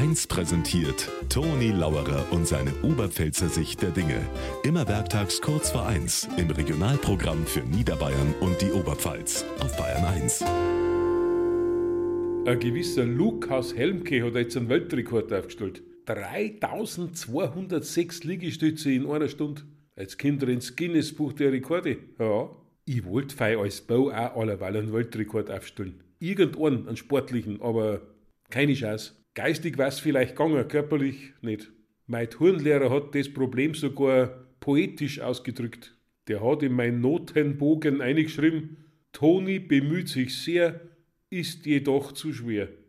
1 präsentiert Toni Lauerer und seine Oberpfälzer Sicht der Dinge. Immer werktags kurz vor 1 im Regionalprogramm für Niederbayern und die Oberpfalz auf Bayern 1. Ein gewisser Lukas Helmke hat jetzt einen Weltrekord aufgestellt. 3206 Liegestütze in einer Stunde. Jetzt kommt er ins Guinness-Buch der Rekorde. Ja, ich wollte fei als Bau auch allerweil einen Weltrekord aufstellen. Irgendeinen, einen sportlichen, aber keine Chance. Geistig war's vielleicht gegangen, körperlich nicht. Mein Turnlehrer hat das Problem sogar poetisch ausgedrückt. Der hat in meinen Notenbogen eingeschrieben: Toni bemüht sich sehr, ist jedoch zu schwer.